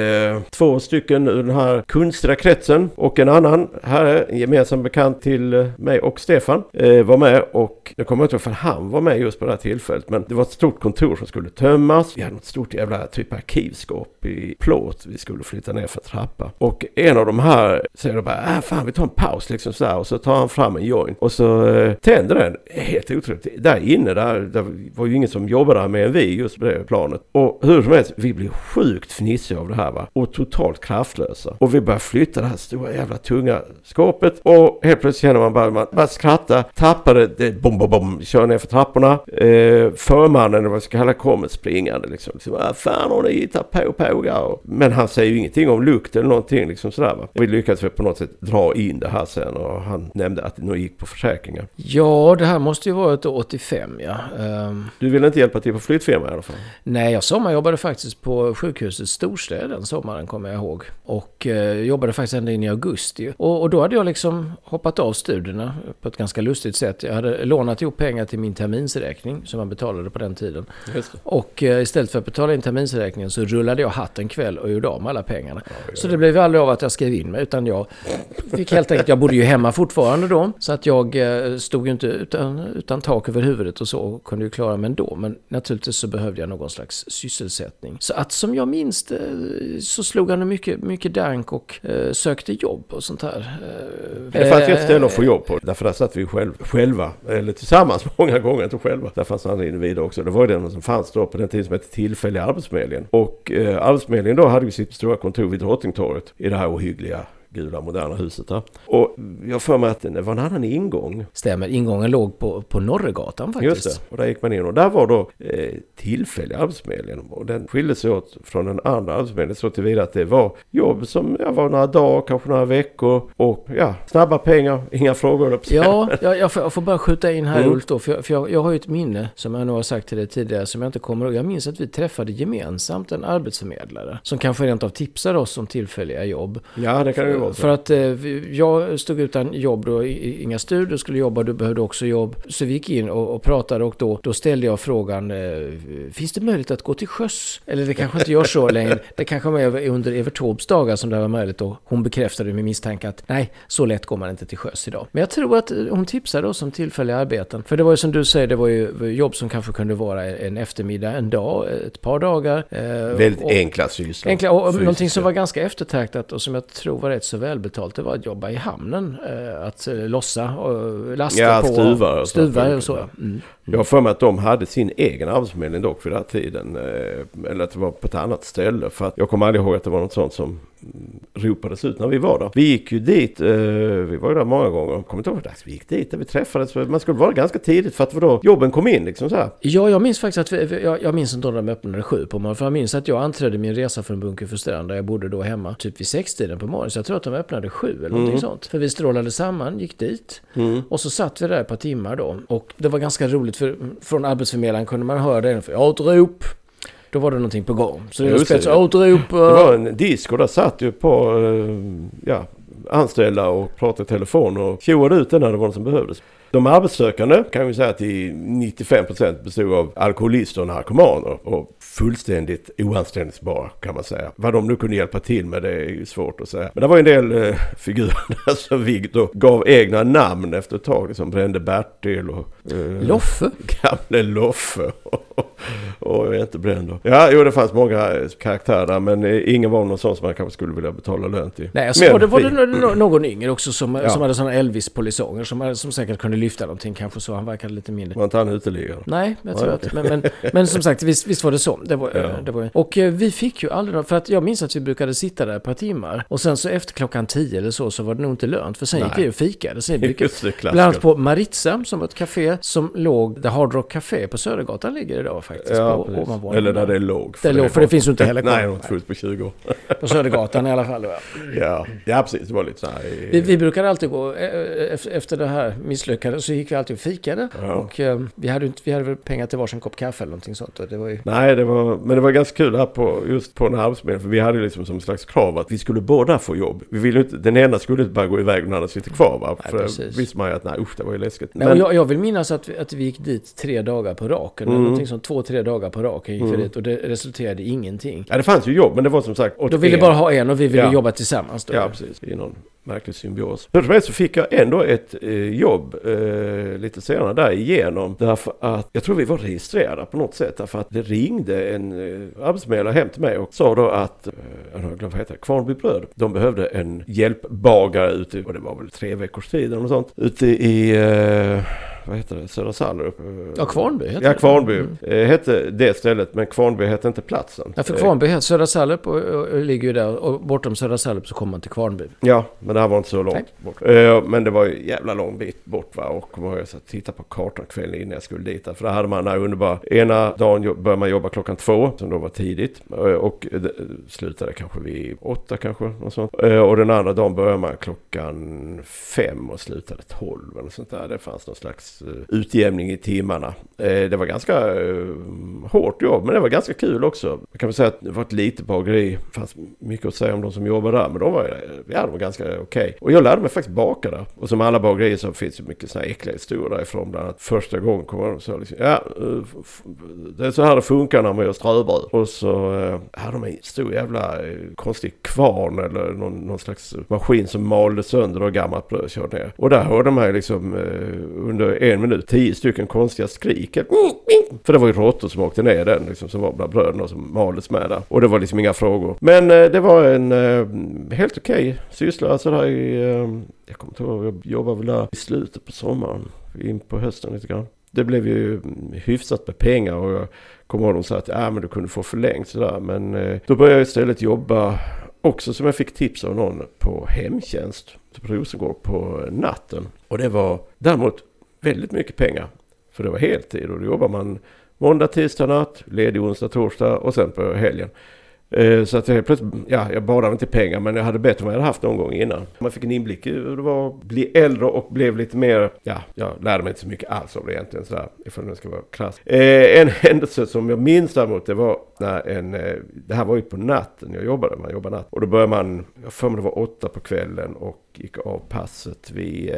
2 stycken ur den här konstiga kretsen och en annan här, en gemensam bekant till mig och Stefan, var med. Och jag kommer inte ihåg för han var med just på det här tillfället. Men det var ett stort kontor som skulle tömmas. Vi hade ett stort jävla typ arkivskåp i plåt vi skulle flytta ner för trappa. Och en av de här säger då bara, fan vi tar en paus liksom så här, och så tar han fram en joint och så tänder den, helt otroligt. Där inne, där var ju ingen som jobbade där med än vi just på det planet. Och hur som helst, vi blev sjukt fnissiga av det här, va? Och totalt kraftlösa. Och vi började flytta det här stora jävla tunga skåpet och helt plötsligt känner man bara skratta, tappade det, bom, kör ner för trapporna. Förmannen, eller vad jag ska kalla, kommer springande liksom. Vad fan har ni hittat på? Men han säger ju ingenting om lukt eller någonting liksom sådär, va? Och vi lyckades på något sätt dra in det här sen, och han nämnde att det nog gick på försäkringar. Ja, det här måste ju vara ett 85, ja. Du ville inte hjälpa till på flyttfirma i alla fall? Nej, jag sommarjobbade faktiskt på sjukhuset Storstäd den sommaren, kommer jag ihåg. Och jobbade faktiskt ända in i augusti. Och då hade jag liksom hoppat av studierna på ett ganska lustigt sätt. Jag hade lånat ihop pengar till min terminsräkning som man betalade på den tiden. Just det. Och istället för att betala in terminsräkningen så rullade jag hatt en kväll och gjorde av med alla pengarna. Så det blev aldrig av att jag skrev in mig, utan jag fick helt enkelt, jag bodde ju hemma fortfarande då, så att jag stod ju inte utan tak över huvudet och så, och kunde ju klara mig ändå. Men naturligtvis så behövde jag någon slags sysselsättning. Så att som jag minns det, så slog han mycket dank och sökte jobb och sånt här. Det fanns ju ett ställe att få jobb på. Därför där satt vi själva, eller tillsammans många gånger, inte själva. Där fanns andra individer också. Det var ju den som fanns då på den tiden som hette tillfälliga arbetsförmedlingen. Och arbetsförmedlingen då hade ju sitt stora kontor vid Drottningtorget i det här ohyggliga gula moderna huset där. Och jag får mig att det var en annan ingång. Stämmer, ingången låg på Norregatan faktiskt. Just det, och där gick man in, och där var då tillfälliga arbetsförmedlingen, och den skilde sig åt från den andra arbetsförmedlingen så tillvida att det var jobb som var några dagar, kanske några veckor, och snabba pengar, inga frågor. Ja, jag får bara skjuta in här, Ulf då, för jag har ju ett minne som jag nog har sagt till dig tidigare som jag inte kommer ihåg. Jag minns att vi träffade gemensamt en arbetsförmedlare som kanske rent av tipsade oss om tillfälliga jobb. Ja, det kan ju vara så. För att jag stod utan jobb då, inga studier, skulle jobba, du behövde också jobb. Så vi gick in och pratade, och då ställde jag frågan, finns det möjlighet att gå till sjöss? Eller det kanske inte gör så längre. Det kanske var under Evert Taubes dagar som det var möjligt, och hon bekräftade min misstanke att nej, så lätt går man inte till sjöss idag. Men jag tror att hon tipsade oss om tillfälliga arbeten. För det var ju som du säger, det var ju jobb som kanske kunde vara en eftermiddag, en dag, ett par dagar. Väldigt enkla sysslor. Enkla, och någonting som var ganska eftertraktat och som jag tror var rätt så välbetalt, det var att jobba i hamnen, att lossa och lasta på stuvar och så. Mm. Jag har för mig att de hade sin egen arbetsförmedling dock för den här tiden, eller att det var på ett annat ställe, för att jag kommer aldrig ihåg att det var något sånt som ropades ut när vi var där. Vi gick ju dit, vi var ju där många gånger, jag kommer inte ihåg att vi gick dit där vi träffades, man skulle vara ganska tidigt för att då jobben kom in liksom så här. Ja, jag minns faktiskt att jag minns inte om de öppnade 7 på morgonen, för jag minns att jag anträdde min resa från Bunkeflostrand där jag bodde då hemma typ vid 6-tiden på morgonen, så jag tror att de öppnade 7 eller någonting sånt. För vi strålade samman, gick dit och så satt vi där ett par timmar då, och det var ganska roligt för från arbetsförmedlaren kunde man höra det för återrop. Då var det någonting på gång. Så det var spets återrop. Det var en disk, och där satt ju på anställda och pratade i telefon och tjoade ut den när det var något som behövdes. De arbetssökande kan vi säga att till 95% bestod av alkoholister och narkomaner, och fullständigt oanställningsbara kan man säga. Vad de nu kunde hjälpa till med, det är ju svårt att säga. Men det var en del figurer som vi då gav egna namn efter ett tag, som Brände Bertil och Loffe. Gamle Loffe. Och jag är inte bränd då. Ja, jo, det fanns många karaktärer där, men ingen var någon sån som man kanske skulle vilja betala lön till. Nej, alltså var det någon yngre också som hade sådana Elvis-polisonger som säkert kunde lyfta någonting kanske så. Han verkade lite mindre. Var inte han uteliggare? Nej, jag tror inte. Men som sagt, visst var det så. Det var. Och vi fick ju aldrig, för att jag minns att vi brukade sitta där ett par timmar och sen så efter klockan 10 eller så var det nog inte lönt. För sen gick vi och fikade. Bland annat på Maritza som var ett café som låg, där Hard Rock Café på Södergatan ligger idag faktiskt. Ja, eller där det är låg. För det finns ju inte heller kvar. Nej, det var fullt på 20 år. På Södergatan i alla fall. Ja, precis. Det var lite så här. Vi brukade alltid gå, efter det här misslyckade så gick vi alltid och fikade. Ja. Och vi hade väl pengar till varsin kopp kaffe eller någonting sånt. Det var ju... Nej, men det var ganska kul här just på en arbetsmiljö. För vi hade liksom som en slags krav att vi skulle båda få jobb. Vi ville inte, den ena skulle inte bara gå iväg och den andra sitter kvar. Va? För visste man ju att det var ju läskigt. Men jag vill minnas att vi gick dit 3 dagar på raken. Eller någonting som 2-3 dagar på raken gick för dit. Och det resulterade i ingenting. Ja, det fanns ju jobb, men det var som sagt... Då ville bara ha en och vi ville jobba tillsammans. Då. Ja, precis. I någon märklig symbios. Hur som helst så fick jag ändå ett jobb lite senare där igenom. Därför att jag tror vi var registrerade på något sätt. Därför att det ringde en arbetsförmedlare hem till mig och sa då att jag har glömt vad heter Kvarnby Bröd. De behövde en hjälpbagare ute, och det var väl 3 veckors tid eller något sånt. Ute i... vad heter det? Södra Sallerup. Ja, Kvarnby heter det. Ja, Kvarnby hette det stället, men Kvarnby hette inte platsen. Ja, för Kvarnby heter Södra Sallerup och ligger ju där. Och bortom Södra Sallerup så kommer man till Kvarnby. Ja, men det här var inte så långt bort. Men det var ju jävla lång bit bort, va? Och jag så titta på kartan kvällen innan jag skulle dit. För där hade man underbara... Ena dagen började man jobba klockan 2, som då var tidigt. Och slutade kanske vid 8 kanske. Och sånt. Och den andra dagen började man klockan 5 och slutade 12 eller sånt där. Det fanns någon slags utjämning i timmarna. Det var ganska hårt jobb, men det var ganska kul också. Jag kan väl säga att det var ett litet bageri. Det fanns mycket att säga om de som jobbar där, men de var ganska okej. Och jag lärde mig faktiskt baka där. Och som alla bagerier så finns det mycket såna här äckliga historier därifrån. Bland annat första gången kom de så liksom, det är så här det funkar när man gör ströbröd. Och så hade de en stor jävla konstig kvarn eller någon slags maskin som malde sönder och gammalt bröd körde ner. Och där hörde man liksom under 1 minut 10 stycken konstiga skrik. För det var ju råttor som åkte ner den liksom, som var bland bröderna som maldes med där. Och det var liksom inga frågor. Men det var en helt okej syssla. Alltså där jag kommer inte ihåg, jag jobbade väl där i slutet på sommaren. In på hösten lite grann. Det blev ju hyfsat med pengar och jag kommer ihåg att de sa att men du kunde få förlängt sådär. Men då började jag istället jobba också som jag fick tips av någon på hemtjänst på Rosengård på natten. Och det var däremot väldigt mycket pengar. För det var heltid och då jobbar man måndag, tisdag, natt, ledig onsdag, torsdag och sen på helgen. Så att jag plötsligt, jag badade inte pengar, men jag hade bättre än vad jag hade haft någon gång innan. Man fick en inblick i hur det var att bli äldre och blev lite mer, jag lärde mig inte så mycket alls av det egentligen sådär, ifall det ska vara klass. En händelse som jag minns däremot, det var när det här var ju på natten man jobbade natt. Och då började man, jag för mig det var 8 på kvällen och gick av passet vid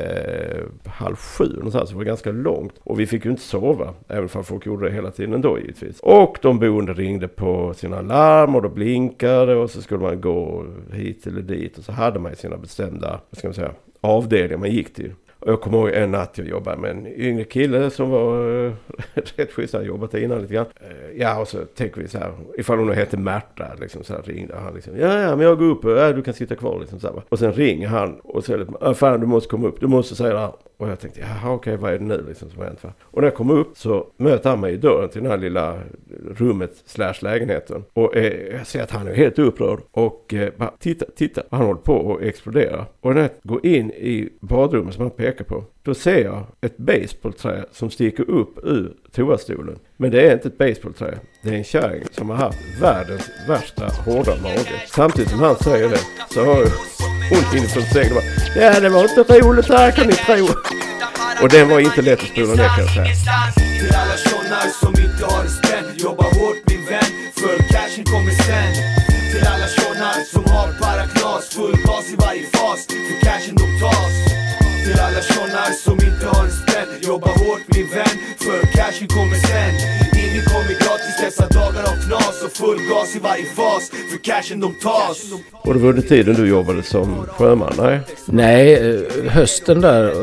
6:30 någonstans, så det var ganska långt. Och vi fick ju inte sova, även om folk gjorde det hela tiden ändå givetvis. Och de boende ringde på sina larm och då blinkade och så skulle man gå hit eller dit. Och så hade man sina bestämda, avdelningar man gick till. Och jag kommer ihåg en natt jag jobbade med en yngre kille som var rätt schysst. Han jobbat innan lite grann. Och så tänker vi så här, ifall hon hette Märta, liksom, så här ringde han liksom, men jag går upp, du kan sitta kvar liksom, så här. Och sen ringer han och säger, fan du måste komma upp, du måste säga det här. Och jag tänkte, okej, vad är det nu liksom som har hänt för? Och när jag kom upp så möter han mig i dörren till den här lilla rummet / lägenheten. Och jag ser att han är helt upprörd. Och bara, titta, han håller på att explodera. Och när jag går in i badrummet som han pekar på, då ser jag ett baseballträ som sticker upp ur toastolen. Men det är inte ett baseballträ. Det är en kärring som har haft världens värsta hårda mage. Samtidigt som han säger det så har hon inifrån sängen och bara, det var inte roligt här kan ni tro. Och den var inte lätt att spola ner kan jag säga. Till alla tjonnar som inte har det spänn, jobba hårt min vän, för cashen kommer sen. Till alla tjonnar som har bara knas, full gas i varje fas, för cashen då tas. Till alla tjonnar som inte har en spänn, jobba hårt min vän, för cashen kommer sen. Ingen kommer gratis dessa dagar dagar av knas och full gas i varje fas, för cashen de tas. Och det var under tiden du jobbade som sjöman, nej? Nej, hösten där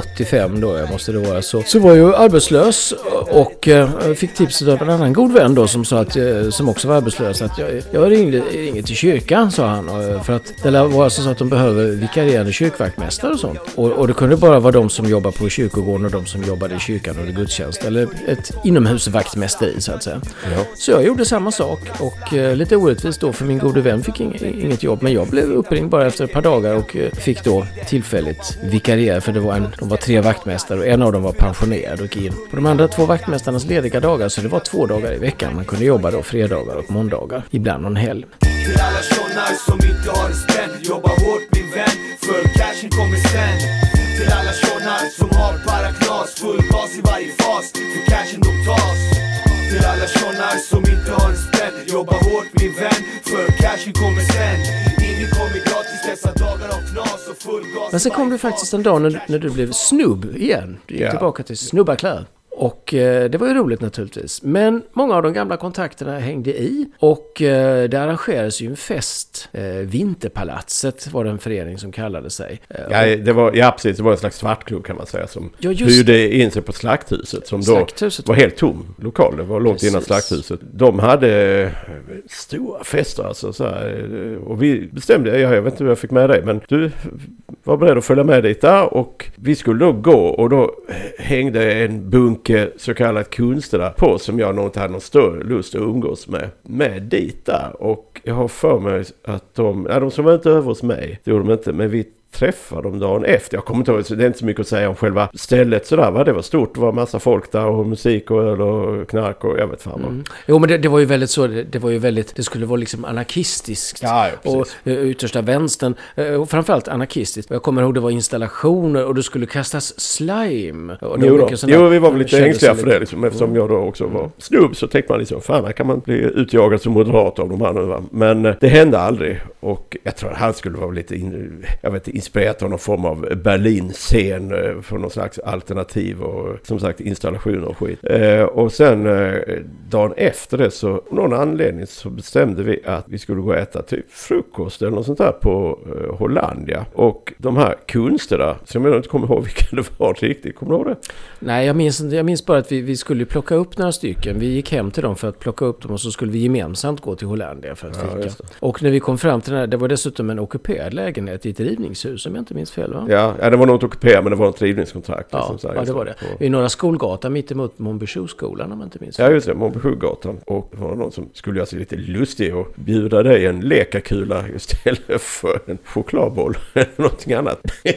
85 då, måste det vara så var jag arbetslös och fick tipset av en annan god vän då som sa att, som också var arbetslös, att jag ringde till kyrkan, sa han, för att det var alltså så att de behöver vikarierande kyrkvaktmästare och sånt. Och det kunde bara vara de som jobbar på kyrkogården och de som jobbade i kyrkan under gudstjänst, eller ett inomhusvaktmästeri så att säga. Ja. Så jag gjorde samma sak och lite orättvist då, för min gode vän fick inget jobb, men jag blev uppringd bara efter ett par dagar och fick då tillfälligt vikariera, för de var 3 vaktmästare och en av dem var pensionerad och in på de andra 2 vaktmästarnas lediga dagar, så det var 2 dagar i veckan. Man kunde jobba då fredagar och måndagar, ibland någon helg. Till alla såna som inte har det spänn, jobba hårt min vän, för cashen kommer sen. Till alla såna som har paraknas, full gas i varje fas, för cashen de tas. Till alla såna som inte har det spänn, jobba hårt min vän, för cashen kommer sen. Ingen kommer gratis dessa dagar av knas och full gas. Men sen kom du faktiskt en dag när du blev snubb igen. Du gick tillbaka till snubbarkläder. Och det var ju roligt naturligtvis. Men många av de gamla kontakterna hängde i. Och det arrangerades ju en fest. Vinterpalatset var det en förening som kallade sig. Precis. Det var en slags svartklubb kan man säga. Som hyrde in sig på Slakthuset. Som då var helt tom lokal. Det var långt innan Slakthuset. De hade stora fester alltså. Så här, och vi bestämde, jag vet inte hur jag fick med dig. Men du var beredd att följa med dit där. Och vi skulle då gå. Och då hängde en bunke så kallat kunster på som jag nog inte hade någon större lust att umgås med dit där. Och jag har för mig att de som var inte över hos mig, det gjorde de inte, men vi träffade dem dagen efter. Jag kommer inte ihåg, så det är inte så mycket att säga om själva stället sådär, va? Det var stort, det var massa folk där och musik och öl och knark och jag vet fan. Jo, men det var ju väldigt så, det skulle vara liksom anarkistiskt och yttersta vänstern, och framförallt anarkistiskt. Jag kommer ihåg det var installationer och det skulle kastas slime. Och jo, vi var väl lite ängsliga för det liksom, eftersom jag då också var snubb, så tänkte man liksom, fan, här kan man bli utjagad som moderat av de här nu, va? Men det hände aldrig, och jag tror att han skulle vara lite inspirerat av någon form av Berlin-scen för någon slags alternativ och som sagt installationer och skit. Och sen dagen efter det, så någon anledning så bestämde vi att vi skulle gå och äta typ frukost eller något sånt där på Hollandia. Och de här kunsterna, som jag inte kommer ihåg vilka det var riktigt, kommer du ihåg det? Nej, jag minns bara att vi skulle plocka upp några stycken. Vi gick hem till dem för att plocka upp dem och så skulle vi gemensamt gå till Hollandia för att fika. Och när vi kom fram till den här, det var dessutom en ockuperad lägenhet i ett rivningshus, som jag inte minns fel, va? Ja, det var något ockuperat, men det var ett rivningskontrakt. Ja, det var det. I Norra Skolgatan mitt emot Monbysjöskolan, om jag inte minns fel. Ja, just det, Monbysjögatan. Och det var någon som skulle göra sig lite lustig och bjuda dig en lekakula istället för en chokladboll eller någonting annat.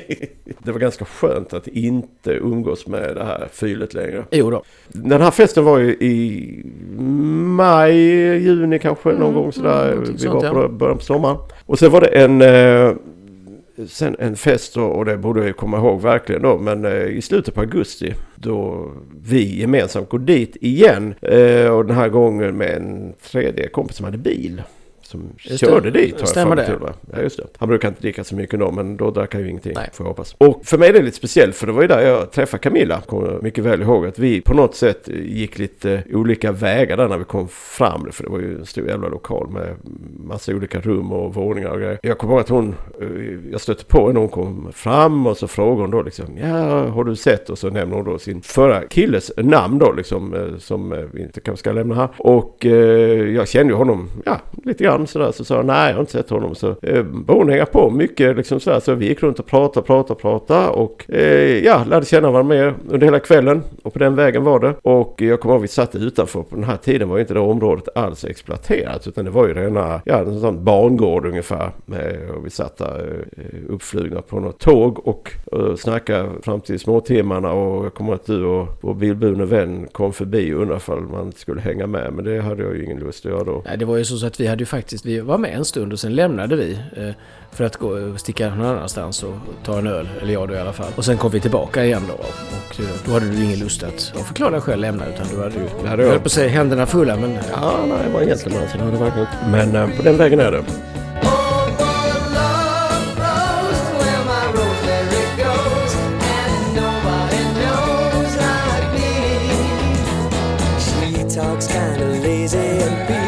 Det var ganska skönt att inte umgås med det här fylet längre. Jo då. Den här festen var ju i maj, juni kanske någon gång sådär. Vi var på början på sommaren. Och sen var det en fest då, och det borde jag komma ihåg verkligen då, men i slutet på augusti då vi gemensamt går dit igen, och den här gången med en tredje kompis som hade bil. Som körde dit. Stämmer det? Ja, just det. Han brukar inte dricka så mycket då, men då drack han ju ingenting. Nej. Får jag hoppas. Och för mig är det lite speciellt, för det var ju där jag träffade Camilla. Jag kommer mycket väl ihåg att vi på något sätt gick lite olika vägar där när vi kom fram. För det var ju en stor jävla lokal med massa olika rum och våningar och grejer. Jag kommer ihåg att jag stötte på när hon kom fram, och så frågade hon då liksom, ja, har du sett? Och så nämner hon då sin förra killes namn då liksom, som vi inte kanske ska lämna här. Och jag kände ju honom, lite grann sådär, så sa jag, nej, jag har inte sett honom. Så hon hänger på mycket liksom sådär, så vi gick runt och pratade och lärde känna varandra mer under hela kvällen, och på den vägen var det. Och jag kommer ihåg att vi satt utanför, på den här tiden var ju inte det området alls exploaterat, utan det var ju en sån barngård ungefär, och vi satt där uppflugna på något tåg och snackade fram till småtimmarna, och jag kommer ihåg att du och vår bilburne vän kom förbi och undrade ifall man skulle hänga med, men det hade jag ju ingen lust att göra då. Nej, det var ju så att vi hade ju faktiskt, vi var med en stund och sen lämnade vi för att gå och sticka någon annanstans och ta en öl, eller jag då i alla fall. Och sen kom vi tillbaka igen då, och då hade du ingen lust att förklara själv lämna, utan du hade ju, jag höll på att säga händerna fulla, men nej, det var egentligen man, så det var verkligen. Men på den vägen är det. Talks kind of lazy and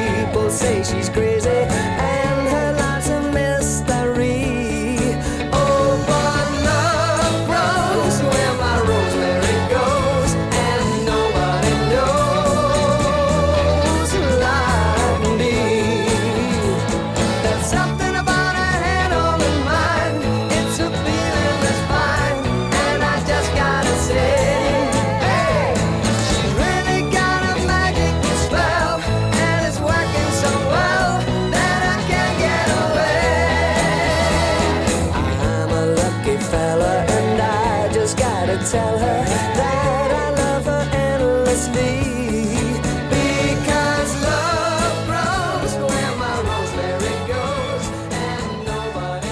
she's crazy and her life's a mystery. Oh, but love grows where my rosemary goes, and nobody knows like me. There's something about her head on her mind. It's a feeling that's fine, and I just gotta say, hey, she's really got a magic spell, and it's working so well that I can't get away. I'm a lucky fella, and I just gotta tell her that I love her endlessly. Because love grows where my rosemary goes, and nobody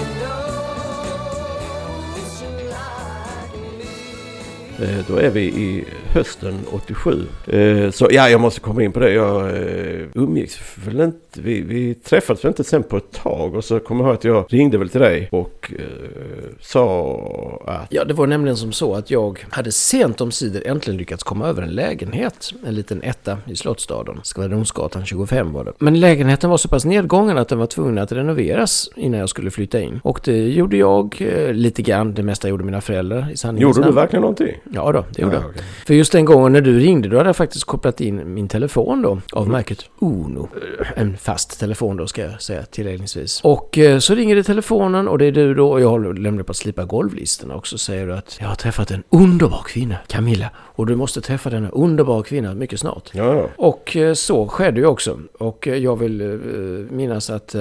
knows like me. Då är vi i hösten 87. Så ja, jag måste komma in på det. Jag umgicks väl inte. Vi träffades väl inte sen på ett tag. Och så kommer jag ihåg att jag ringde väl till dig och sa att... Ja, det var nämligen som så att jag hade sent om sidor äntligen lyckats komma över en lägenhet. En liten etta i Slottsstaden. Skvadronsgatan 25 var det. Men lägenheten var så pass nedgången att den var tvungen att renoveras innan jag skulle flytta in. Och det gjorde jag lite grann. Det mesta gjorde mina föräldrar i sanningens Gjorde namn. du verkligen någonting? Ja då, det gjorde jag. Okay. För just den gången när du ringde, då hade jag faktiskt kopplat in min telefon då av märket Uno. En fast telefon då, ska jag säga tilläggningsvis. Och så ringer det telefonen och det är du då, och jag håller nämligen på att slipa golvlistorna och så säger du att jag har träffat en underbar kvinna, Camilla, och du måste träffa denna underbara kvinna mycket snart. Ja. Och så skedde ju också. Och jag vill minnas att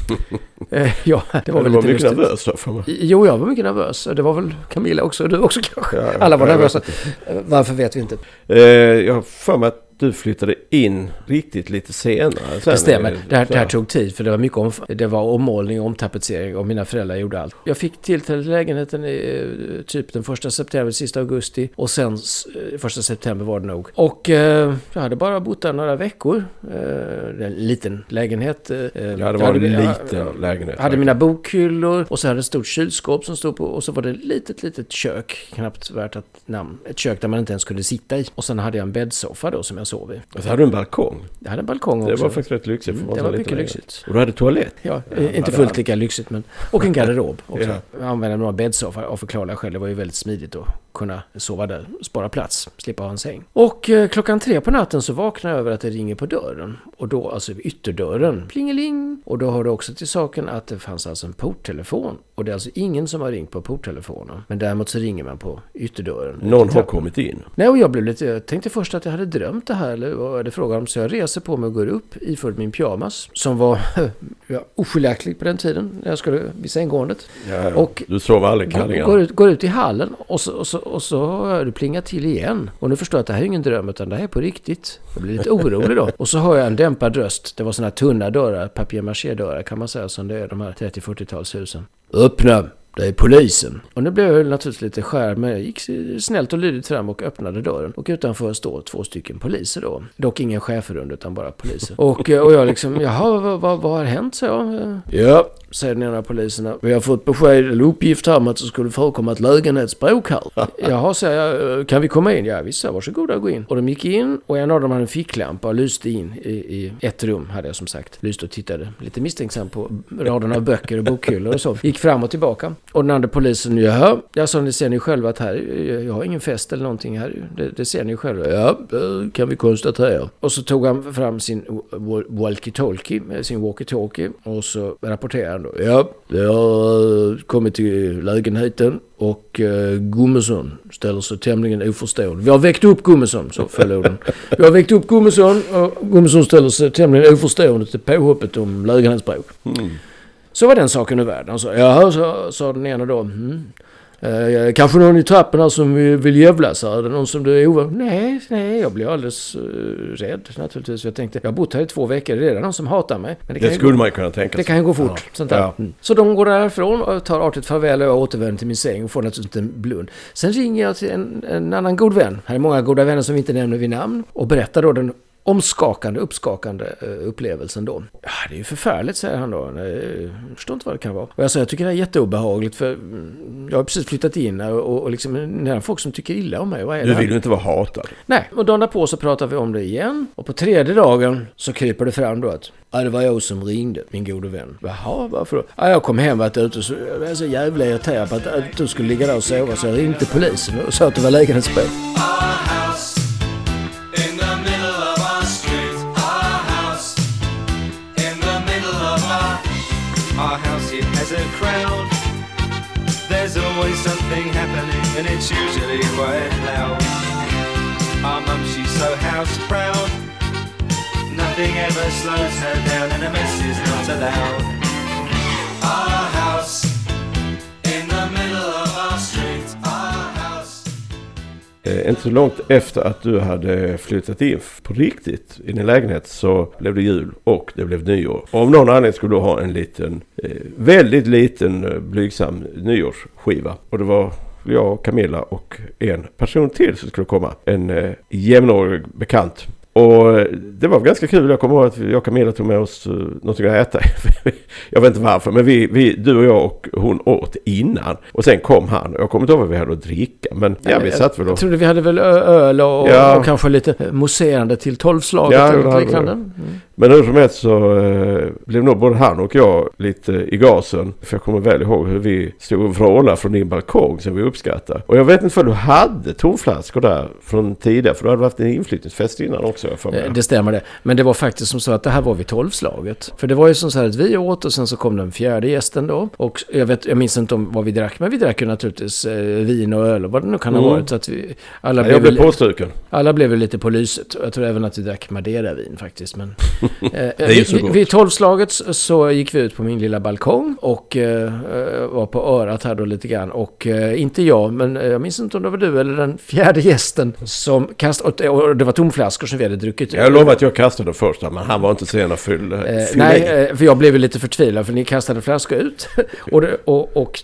ja, det var väl var lite mycket lustigt. nervös för mig. Jo, jag var mycket nervös. Det var väl Camilla också, och du också kanske. Ja, Alla var nervösa. Varför vet vi inte. Jag har för mig att du flyttade in riktigt lite senare. Sen, Det stämmer. Det här tog tid, för det var mycket det var ommålning och omtapetsering och mina föräldrar gjorde allt. Jag fick till lägenheten typ den 1 september, sista augusti, och sen 1 september var det nog. Och jag hade bara bott där några veckor. En liten lägenhet. Ja, det var en liten lägenhet. Jag hade mina bokhyllor och så hade ett stort kylskåp som stod på, och så var det ett litet kök, knappt värt ett namn. Ett kök där man inte ens kunde sitta i. Och sen hade jag en bäddsoffa då som jag sov i. Och så hade du en balkong. Jag hade en balkong också. Det var faktiskt rätt lyxigt. Det var mycket lyxigt. Och du hade toalett. Ja, inte fullt lika lyxigt, men och en garderob också. Ja. Jag använde några bäddsoffa av förklarliga skäl. Det var ju väldigt smidigt att kunna sova där, spara plats, slippa ha en säng. Och 3:00 på natten så vaknar jag över att det ringer på dörren. Och då alltså ytterdörren. Plingeling! Och då har det också till saken att det fanns alltså en porttelefon. Och det är alltså ingen som har ringt på porttelefonen. Men däremot så ringer man på ytterdörren. Någon har kommit in. Nej, och jag tänkte först att jag hade drömt det här, eller vad är det frågan om? Så jag reser på mig och går upp iförd min pyjamas, som var oskiljaktig på den tiden när jag skulle vid sänggåendet. Ja. Och Du sov aldrig kallingar. går ut i hallen och så har det plingat till igen. Och nu förstår jag att det här är ingen dröm, utan det här är på riktigt. Jag blir lite orolig då. Och så hör jag en dämpad röst. Det var såna här tunna dörrar, papier-maché-dörrar kan man säga, som det är de här 30-40-talshusen. Öppna! Det är polisen. Och nu blev jag naturligtvis lite skär, men jag gick snällt och lydigt fram och öppnade dörren. Och utanför står 2 stycken poliser då. Dock ingen chefer utan bara poliser. Och jag liksom, jaha, vad har hänt, så jag? Ja, säger den ena av poliserna. Vi har fått besked eller uppgift här om att det skulle förekomma ett lägenhetsbråk här. Jaha, säger jag, kan vi komma in? Ja, visst, varsågoda, gå in. Och de gick in och en av dem hade en ficklampa och lyste in i ett rum, hade jag som sagt. Lyste och tittade lite misstänksam på raden av böcker och bokhyllor och så. Gick fram och tillbaka. Och den andra polisen, jaha, jag sa, ni ser ni själva att här, jag har ingen fest eller någonting här. Det ser ni själva. Ja, kan vi konstatera. Och så tog han fram sin walkie-talkie och så rapporterade han då. Ja, det har kommit till lägenheten och Gummesson ställer sig tämligen oförstående. Vi har väckt upp Gummesson, så föll orden. Vi har väckt upp Gummesson och Gummesson ställer sig tämligen oförstående till påhoppet om lägenhetsbråk. Så var den saken ur världen. Och så, jaha, sa den ena då. Kanske någon i trappen här som vill jävlas här. Är det någon som du är ovanlig? Nej, jag blir alldeles rädd naturligtvis. Jag tänkte, jag har bott här i 2 veckor. Det är redan någon som hatar mig. Men det skulle man ju kunna tänka sig. Det kan ju gå fort. Ja. Sånt där. Ja. Så de går därifrån och tar artigt farväl och jag återvänder till min säng och får naturligtvis en blund. Sen ringer jag till en annan god vän. Här är många goda vänner som vi inte nämner vid namn. Och berättar då den uppskakande upplevelsen då. Ja, det är ju förfärligt, säger han då. Jag förstår inte vad det kan vara. Och jag tycker det är jätteobehagligt, för jag har precis flyttat in och liksom, det är folk som tycker illa om mig. Vad är Du det? vill ju inte vara hatad. Nej, och dagen därpå så pratar vi om det igen. Och på tredje dagen så kryper det fram då att det var jag som ringde, min gode vän. Jaha, varför då? Jag kom hem, varit ute och så, jag var så jävla irriterad på att du skulle ligga där och sova, så jag ringde till polisen och sa att det var lägenhetsbråk. Our house, it has a crowd. There's always something happening, and it's usually quite loud. Our mum, she's so house proud. Nothing ever slows her down, and a mess is not allowed. Our house, in the middle of our street. Our house. Inte så långt efter att du hade flyttat in på riktigt i din lägenhet så blev det jul och det blev nyår. Och av någon anledning skulle du ha en liten, väldigt liten blygsam nyårsskiva. Och det var jag, Camilla och en person till som skulle komma. En jämnårig bekant. Och det var ganska kul. Jag kommer ihåg att jag och Camilla tog med oss någonting att äta. Jag vet inte varför, men du och jag och hon åt innan. Och sen kom han. Jag kommer inte ihåg vad vi hade att dricka. Men ja, vi satt väl då. Jag trodde vi hade väl öl och kanske lite mousserande till 12-slaget eller liknande. Men hur som helst så blev nog både han och jag lite i gasen. För jag kommer väl ihåg hur vi stod och vrålade från din balkong som vi uppskattar. Och jag vet inte om du hade tomflaskor där från tidigare. För du hade haft en inflyttningsfest innan också. Det stämmer det. Men det var faktiskt som så att det här var vid 12-slaget. För det var ju som så här att vi åt och sen så kom den fjärde gästen då. Och jag minns inte om vad vi drack. Men vi drack ju naturligtvis vin och öl och vad det nu kan ha varit. Så att jag blev påstruken. Alla blev väl lite på lyset. Jag tror även att vi drack Madeira-vin faktiskt. Men vid 12-slaget så gick vi ut på min lilla balkong och var på örat här då lite grann. Och inte jag, men jag minns inte om det var du eller den fjärde gästen som kastade, och det var tomflaskor som vi hade druckit. Jag lovar att jag kastade första, men han var inte sen att fylla. Nej, för jag blev ju lite förtvivlad för ni kastade flaskor ut. och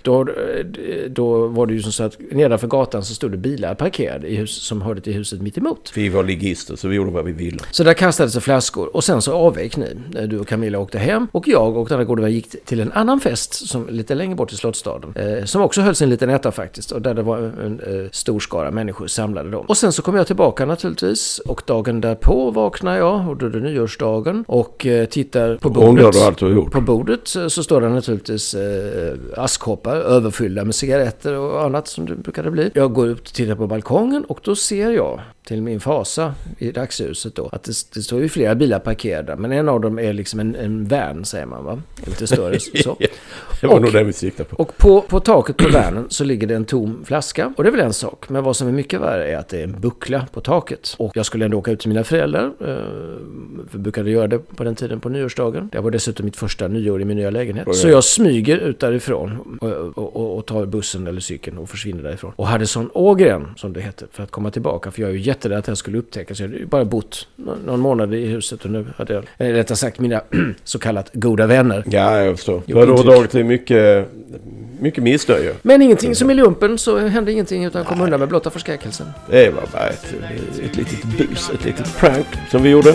då var det ju så att nedanför gatan så stod det bilar parkerade i hus som hörde till huset mitt emot. Vi var ligister så vi gjorde vad vi ville. Så där kastades det flaskor och sen så avvek ni. Du och Camilla åkte hem och jag och den här gode vän gick till en annan fest som lite längre bort i Slottsstaden. Som också hölls en liten etta faktiskt och där det var en stor skara människor samlade dem. Och sen så kom jag tillbaka naturligtvis och dagen därpå vaknar jag och då är det nyårsdagen och tittar på bordet. På bordet så står det naturligtvis askkoppar överfyllda med cigaretter och annat som det brukade bli. Jag går ut och tittar på balkongen och då ser jag till min fasa i dagshuset då att det står ju flera bilar parkerade men en av dem är liksom en van säger man va? Lite större så. Det var nog det vi siktade på. Och på taket på vanen så ligger det en tom flaska och det är väl en sak men vad som är mycket värre är att det är en buckla på taket och jag skulle ändå åka ut till mina föräldrar för brukade göra det på den tiden på nyårsdagen. Det var dessutom mitt första nyår i min nya lägenhet. Så jag smyger ut därifrån och tar bussen eller cykeln och försvinner därifrån. Och hade sån ågren som det heter för att komma tillbaka för jag är ju jätterädd att jag skulle upptäckas. Jag hade ju bara bott någon månad i huset och nu hade jag rättare sagt mina så kallat goda vänner. Ja, jag förstår. Du har då dragit till mycket missnöje. Men ingenting som i lumpen så hände ingenting utan kom undan med blotta förskräckelsen. Det var bara ett litet bus, ett litet prank som vi gjorde.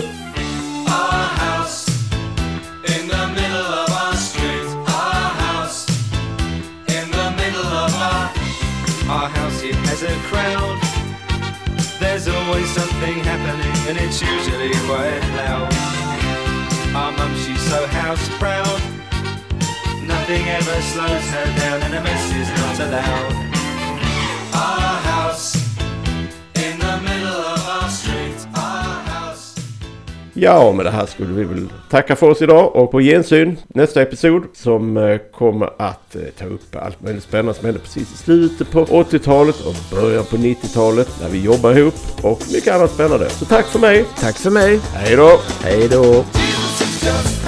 Our house, it has a crowd. There's always something happening and it's usually quite loud. Our mum, she's so house proud. Nothing ever slows her down and a mess is not allowed. Our house, in the middle of our street. Our house. Ja, med det här skulle vi väl tacka för oss idag och på gensyn nästa episod som kommer att ta upp allt möjligt spännande som hände precis i slutet på 80-talet och början på 90-talet när vi jobbar ihop och mycket annat spännande. Så tack för mig. Tack för mig. Hej då. Hej då. Jesus is just